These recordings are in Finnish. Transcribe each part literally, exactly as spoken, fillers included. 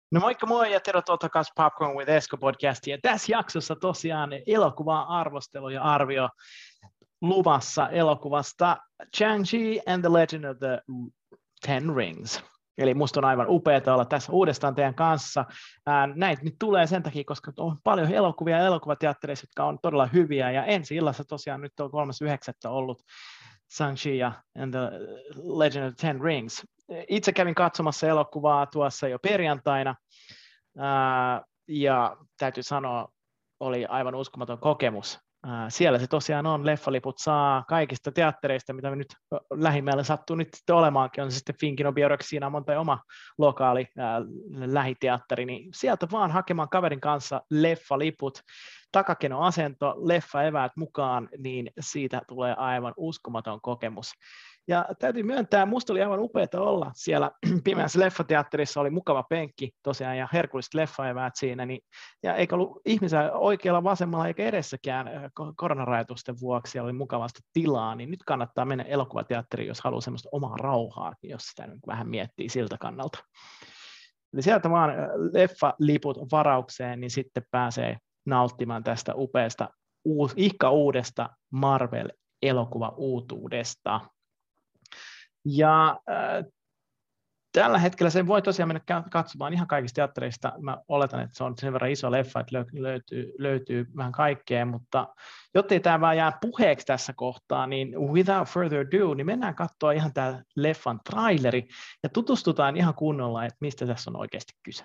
No moikka moi ja tervetuloa takaisin Popcorn with Esko -podcastiin. Ja tässä jaksossa tosiaan elokuvaa arvostelu ja arvio luvassa elokuvasta Shang-Chi and the Legend of the Ten Rings. Eli musta on aivan upeaa olla tässä uudestaan teidän kanssa. Ää, näitä nyt tulee sen takia, koska on paljon elokuvia ja elokuvateattereissa, jotka on todella hyviä. Ja ensi illassa tosiaan nyt on kolmas yhdeksättä ollut Shang-Chi and the Legend of the Ten Rings. Itse kävin katsomassa elokuvaa tuossa jo perjantaina, ää, ja täytyy sanoa, oli aivan uskomaton kokemus. Ää, siellä se tosiaan on, leffaliput saa kaikista teattereista, mitä me nyt lähimmällä sattuu nyt sitten olemaankin, on se sitten Finkino, Biorexiina, tai oma lokaali ää, lähiteatteri, niin sieltä vaan hakemaan kaverin kanssa leffaliput, takakeno-asento, leffa-eväät mukaan, niin siitä tulee aivan uskomaton kokemus. Ja täytyy myöntää, musta oli aivan upeaa olla siellä pimeässä leffateatterissa, oli mukava penkki tosiaan ja herkulliset leffaeväät siinä, niin, ja eikä ollut ihmisiä oikealla vasemmalla eikä edessäkään koronarajoitusten vuoksi, oli mukavasti tilaa, niin nyt kannattaa mennä elokuvateatteriin, jos haluaa semmoista omaa rauhaa, jos sitä nyt vähän miettii siltä kannalta. Eli sieltä vaan leffaliput varaukseen, niin sitten pääsee nauttimaan tästä upeasta, uus, ihka uudesta Marvel-elokuva-uutuudesta. Ja äh, tällä hetkellä sen voi tosiaan mennä katsomaan ihan kaikista teattereista. Mä oletan, että se on sen verran iso leffa, että löytyy, löytyy vähän kaikkea, mutta jottei tämä vaan jää puheeksi tässä kohtaa, niin without further ado, niin mennään katsoa ihan tämä leffan traileri ja tutustutaan ihan kunnolla, että mistä tässä on oikeasti kyse.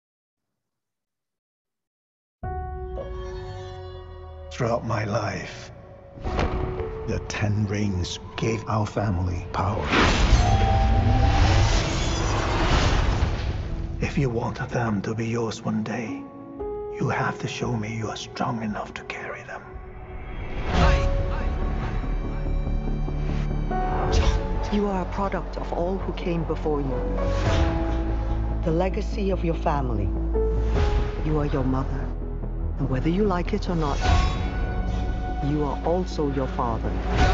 Throughout my life, the Ten Rings gave our family power. If you want them to be yours one day, you have to show me you are strong enough to carry them. You are a product of all who came before you. The legacy of your family. You are your mother. And whether you like it or not, you are also your father.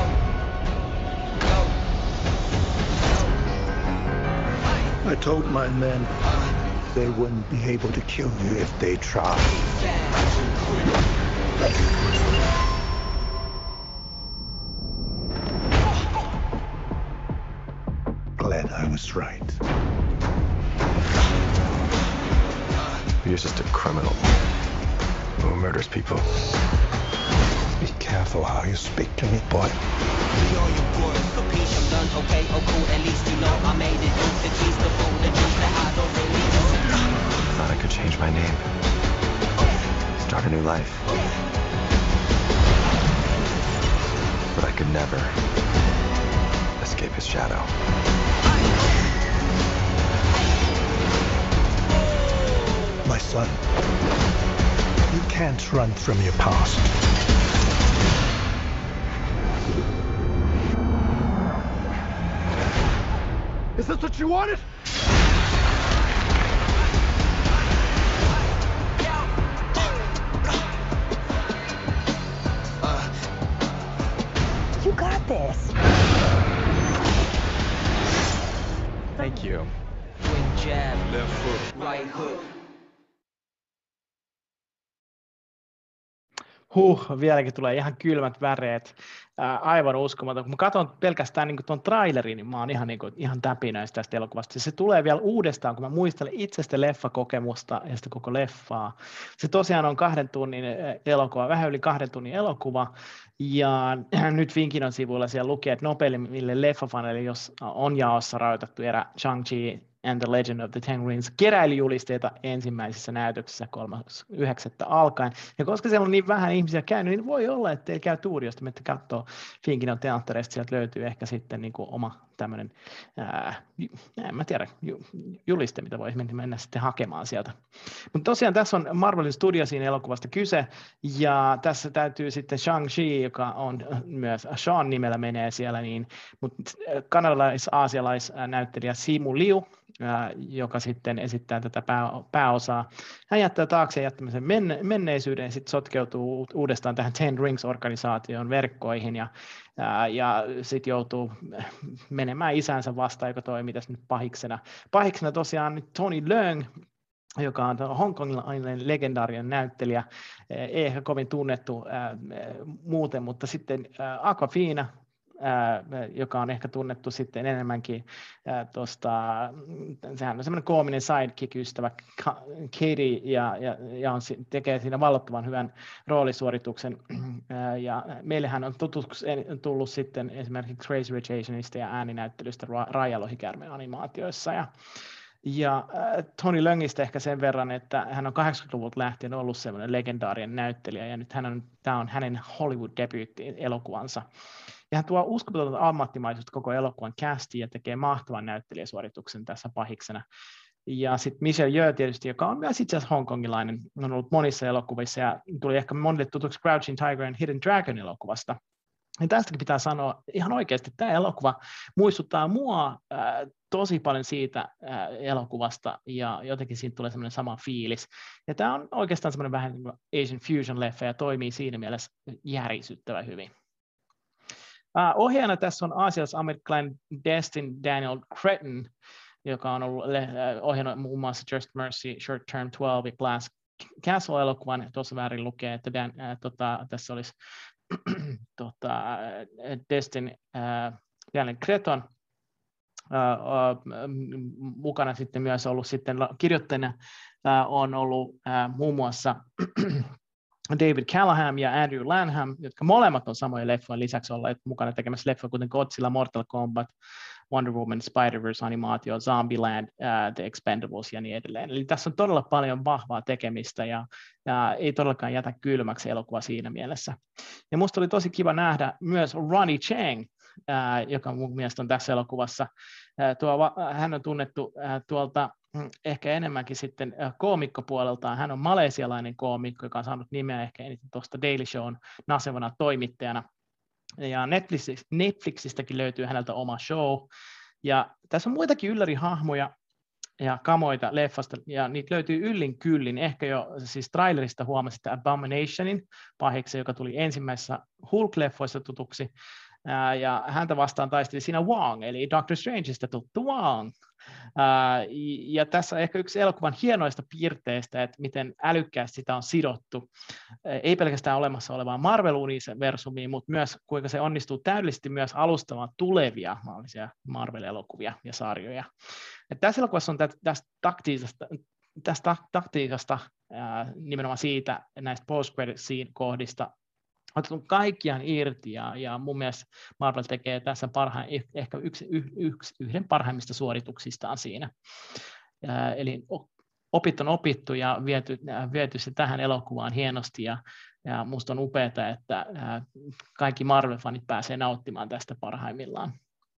I told my men they wouldn't be able to kill you if they tried. Glad I was right. You're just a criminal who murders people. Be careful how you speak to me, boy. Thought I could change my name. Start a new life. But I could never escape his shadow. My son, you can't run from your past. Is this what you wanted? You got this. Thank you. Quick jab, left foot, right hook. Huh, vieläkin tulee ihan kylmät väreet. Ää, aivan uskomaton. Kun mä katson pelkästään niin tuon trailerin, niin mä oon ihan, niin kuin, ihan täpinöistä tästä elokuvasta. Se tulee vielä uudestaan, kun mä muistelen itse sitä leffakokemusta ja sitä koko leffaa. Se tosiaan on kahden tunnin elokuva, vähän yli kahden tunnin elokuva. Ja nyt Finkinon sivuilla siellä lukee, että nopeimmille leffafaneille jos on jaossa rajoitettu erä Shang-Chi and the Legend of the Ten Rings keräilyjulisteita ensimmäisessä näytöksessä kolmas yhdeksättä alkaen. Ja koska siellä on niin vähän ihmisiä käynyt, niin voi olla, että teillä käy tuuri, jos te menette katsoa Finkinon teattereista, sieltä löytyy ehkä sitten niin kuin oma tämmöinen, ää, en mä tiedä, juliste, mitä voisi mennä sitten hakemaan sieltä. Mutta tosiaan tässä on Marvelin Studiosin elokuvasta kyse, ja tässä täytyy sitten Shang-Chi, joka on myös Sean nimellä menee siellä, niin, mutta kanadalais-aasialais-näyttelijä Simu Liu, ää, joka sitten esittää tätä pää, pääosaa. Hän jättää taakseen jättämisen menne, menneisyyden ja sitten sotkeutuu uudestaan tähän Ten Rings-organisaation verkkoihin ja, ää, ja sitten joutuu menemään isänsä vastaan, joka toimii tässä nyt pahiksena. Pahiksena tosiaan nyt Tony Leung, joka on hongkongilainen legendaarinen näyttelijä, ei ehkä kovin tunnettu ää, muuten, mutta sitten ää, Awkwafina, ää, joka on ehkä tunnettu sitten enemmänkin tuosta, sehän on semmoinen koominen sidekick-ystävä Katie, ja, ja, ja on, tekee siinä vallottavan hyvän roolisuorituksen, ää, ja meillähän on tutuksi tullut sitten esimerkiksi Crazy Rich Asianista ja ääninäyttelystä Raija Lohikärmen animaatioissa, ja Ja äh, Tony Leungistä ehkä sen verran, että hän on kahdeksankymmentäluvulta lähtien ollut semmoinen legendaarinen näyttelijä, ja nyt hän on, tämä on hänen Hollywood-debyytti-elokuvansa. Ja hän tuo uskomatonta ammattimaisuutta koko elokuvan castiin ja tekee mahtavan näyttelijäsuorituksen tässä pahiksena. Ja sitten Michelle Yeoh tietysti, joka on myös itse asiassa hongkongilainen, on ollut monissa elokuvissa ja tuli ehkä monille tutuksi Crouching Tiger and Hidden Dragon -elokuvasta. Ja tästäkin pitää sanoa ihan oikeasti, että tämä elokuva muistuttaa mua äh, tosi paljon siitä äh, elokuvasta, ja jotenkin siitä tulee semmoinen sama fiilis. Ja tämä on oikeastaan semmoinen vähän Asian Fusion-leffa, ja toimii siinä mielessä järisyttävän hyvin. Uh, ohjaajana tässä on aasialais-amerikkalainen Destin Daniel Cretton, joka on ollut uh, ohjannut muun muassa Just Mercy, Short Term twelve ja Glass Castle-elokuvan. Tuossa väärin lukee, että Dan, uh, tota, tässä olisi tota, Destin uh, Daniel Cretton uh, uh, mukana sitten myös ollut sitten kirjoittajana uh, on ollut uh, muun muassa David Callahan ja Andrew Lanham, jotka molemmat on samoja leffoja lisäksi olleet mukana tekemässä leffoja, kuten Godzilla, Mortal Kombat, Wonder Woman, Spider-Verse-animaatio, Zombieland, uh, The Expendables ja niin edelleen. Eli tässä on todella paljon vahvaa tekemistä ja, ja ei todellakaan jätä kylmäksi elokuva siinä mielessä. Ja musta oli tosi kiva nähdä myös Ronny Chieng, uh, joka mun mielestä on tässä elokuvassa. Uh, tuo, hän on tunnettu uh, tuolta ehkä enemmänkin sitten koomikkopuoleltaan. Hän on malesialainen koomikko, joka on saanut nimeä ehkä eniten tuosta Daily Shown nasevana toimittajana. Ja Netflix, Netflixistäkin löytyy häneltä oma show. Ja tässä on muitakin yllärihahmoja ja kamoita leffasta, ja niitä löytyy yllin kyllin. Ehkä jo siis trailerista huomasitte Abominationin pahiksi, joka tuli ensimmäisessä Hulk-leffoissa tutuksi. Ja häntä vastaan taisteli siinä Wong, eli Doctor Strangeista tuttu Wong. Ja tässä on ehkä yksi elokuvan hienoista piirteistä, että miten älykkäästi sitä on sidottu, ei pelkästään olemassa olevaan Marvel-universumiin, mutta myös kuinka se onnistuu täydellisesti myös alustamaan tulevia mahdollisia Marvel-elokuvia ja sarjoja. Ja tässä elokuvassa on tästä taktiikasta, tästä taktiikasta nimenomaan siitä näistä post-credit scene kohdista otettu kaikkiaan irti, ja, ja mun mielestä Marvel tekee tässä parhaan, ehkä yksi, yksi, yhden parhaimmista suorituksistaan siinä. Ää, eli opit on opittu ja viety, viety se tähän elokuvaan hienosti, ja, ja musta on upeaa, että ää, kaikki Marvel-fanit pääsee nauttimaan tästä parhaimmillaan.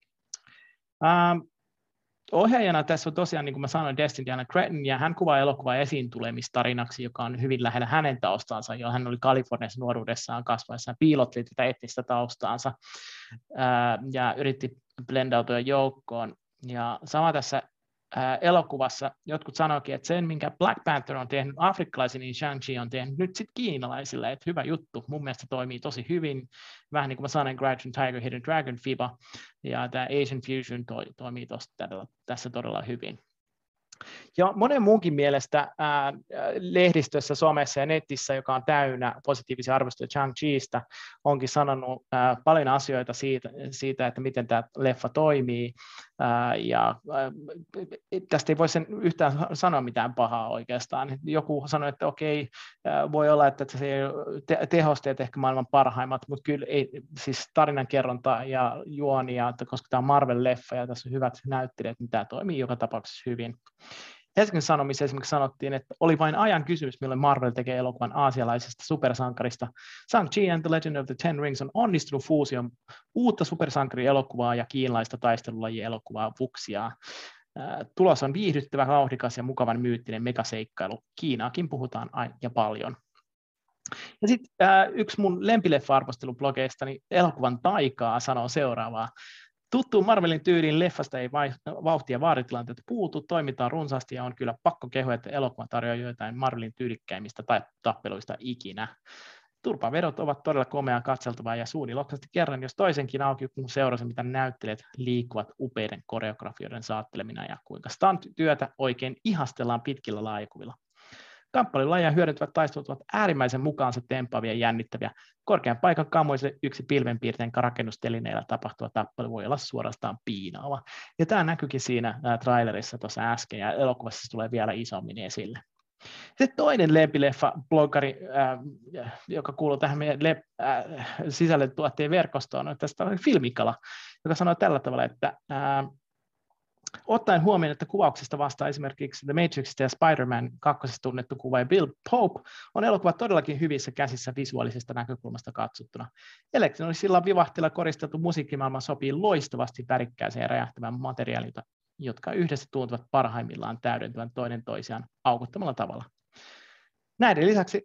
Ää, Ohjaajana tässä on tosiaan, niin kuin mä sanoin, Destin Daniel Cretton, ja hän kuvaa elokuvaa esiin tulemistarinaksi, joka on hyvin lähellä hänen taustansa, jo hän oli Kaliforniassa nuoruudessaan kasvaessaan, piilotteli tätä etnistä taustaansa ää, ja yritti blendautua joukkoon. Ja sama tässä ää, elokuvassa, jotkut sanoikin, että sen, minkä Black Panther on tehnyt afrikkalaisille, niin Shang-Chi on tehnyt nyt sitten kiinalaisille, että hyvä juttu, mun mielestä toimii tosi hyvin, vähän niin kuin mä sanoin, Crouching Tiger, Hidden Dragon fiba, ja tämä Asian Fusion to, toimii tosta, tässä todella hyvin. Ja monen muunkin mielestä ää, lehdistössä, somessa ja netissä, joka on täynnä positiivisia arvosteluja Shang-Chista, onkin sanonut ää, paljon asioita siitä, siitä, että miten tämä leffa toimii. Ää, ja ää, tästä ei voi sen yhtään sanoa mitään pahaa oikeastaan. Joku sanoi, että okei, ää, voi olla, että se ei ole te- tehosteet ehkä maailman parhaimmat, mutta kyllä ei, siis tarinankerronta ja juoni, ja, koska tämä on Marvel-leffa ja tässä on hyvät näyttelijät, niin tämä toimii joka tapauksessa hyvin. Helsingin Sanomissa esimerkiksi sanottiin, että oli vain ajan kysymys, milloin Marvel tekee elokuvan aasialaisesta supersankarista. Shang-Chi and the Legend of the Ten Rings on onnistunut fuusion uutta supersankarielokuvaa ja kiinalaista taistelulajien-elokuvaa Wuxiaa. Tulos on viihdyttävä, vauhdikas ja mukavan myyttinen megaseikkailu. Kiinaakin puhutaan ja paljon. Ja sitten äh, yksi mun lempileffa-arvostelublogeistani Elokuvan taikaa sanoo seuraavaa. Tuttuun Marvelin tyyliin leffasta ei vauhtia vaaritilanteita puutu, toimitaan runsaasti ja on kyllä pakko kehua, että elokuva tarjoaa joitain Marvelin tyylikkäimmistä tai tappeluista ikinä. Turpavedot ovat todella komeaa katseltavaa ja suuni loksasti kerran, jos toisenkin auki, kun seurasin, mitä näyttelijät liikkuvat upeiden koreografioiden saattelemina ja kuinka stunt-työtä oikein ihastellaan pitkillä laajakuvilla. Kamppailulajeja hyödyntävät taistelut ovat äärimmäisen mukaansa tempaavia ja jännittäviä. Korkean paikan kammoisille yksi pilvenpiirtein rakennustelineillä tapahtuva tappelu voi olla suorastaan piinaava. Ja tämä näkyykin siinä ää, trailerissa tuossa äsken, ja elokuvassa se tulee vielä isommin esille. Sitten toinen lempileffa-bloggari, äh, joka kuuluu tähän meidän lep- äh, sisällöntuottajien verkostoon, on tästä Filmikala, joka sanoo tällä tavalla, että äh, ottaen huomioon, että kuvauksista vastaa esimerkiksi The Matrixista ja Spider-Man kakkosesta tunnettu kuvaaja Bill Pope, on elokuva todellakin hyvissä käsissä visuaalisesta näkökulmasta katsottuna. Elektronisilla vivahteilla koristeltu musiikkimaailma sopii loistavasti värikkääseen ja räjähtävään materiaaliin, jotka yhdessä tuntuvat parhaimmillaan täydentävän toinen toisiaan aukottomalla tavalla. Näiden lisäksi,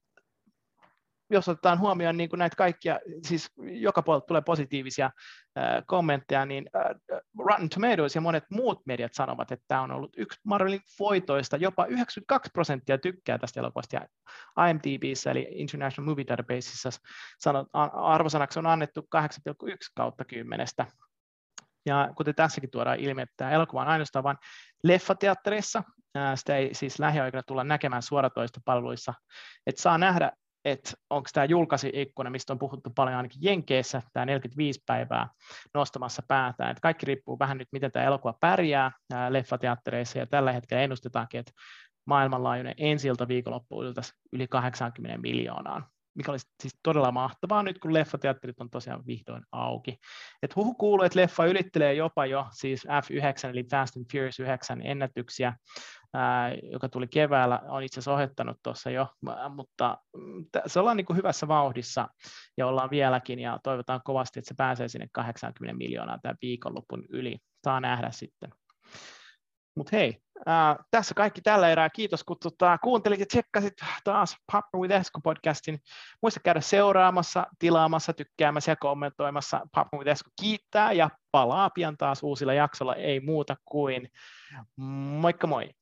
jos otetaan huomioon niin kuin näitä kaikkia, siis joka puolelta tulee positiivisia äh, kommentteja, niin äh, Rotten Tomatoes ja monet muut mediat sanovat, että tämä on ollut yksi Marvelin voitoista, jopa yhdeksänkymmentäkaksi prosenttia tykkää tästä elokuvasta, ja I M D B:ssä eli International Movie Databaseissa sanot, arvosanaksi on annettu kahdeksan pilkku yksi kautta kymmenestä. Ja kuten tässäkin tuodaan ilmi, että tämä elokuva on ainoastaan vain leffateattereissa, sitä ei siis lähiaikoina tulla näkemään suoratoistopalveluissa, että saa nähdä, että onko tämä julkaisuikkuna, mistä on puhuttu paljon ainakin Jenkeissä, tämä neljäkymmentäviisi päivää nostamassa päätään, että kaikki riippuu vähän nyt, miten tämä elokuva pärjää leffateattereissa, ja tällä hetkellä ennustetaankin, että maailmanlaajuinen ensi-ilta viikonloppu yltäisi yli kahdeksankymmentä miljoonaan, mikä olisi siis todella mahtavaa nyt, kun leffateatterit on tosiaan vihdoin auki. Et huhu kuuluu, että leffa ylittelee jopa jo siis F yhdeksän eli Fast and Furious yhdeksän ennätyksiä, ää, joka tuli keväällä, on itse asiassa ohjattanut tuossa jo, mutta se ollaan niin kuin hyvässä vauhdissa ja ollaan vieläkin, ja toivotaan kovasti, että se pääsee sinne kahdeksankymmentä miljoonaa tämän viikonlopun yli. Saa nähdä sitten. Mutta hei, äh, tässä kaikki tällä erää. Kiitos, kun tota, kuuntelit ja tsekkasit taas Popcorn with Esko-podcastin. Muista käydä seuraamassa, tilaamassa, tykkäämässä ja kommentoimassa. Popcorn with Esko kiittää ja palaa pian taas uusilla jaksolla. Ei muuta kuin moikka moi!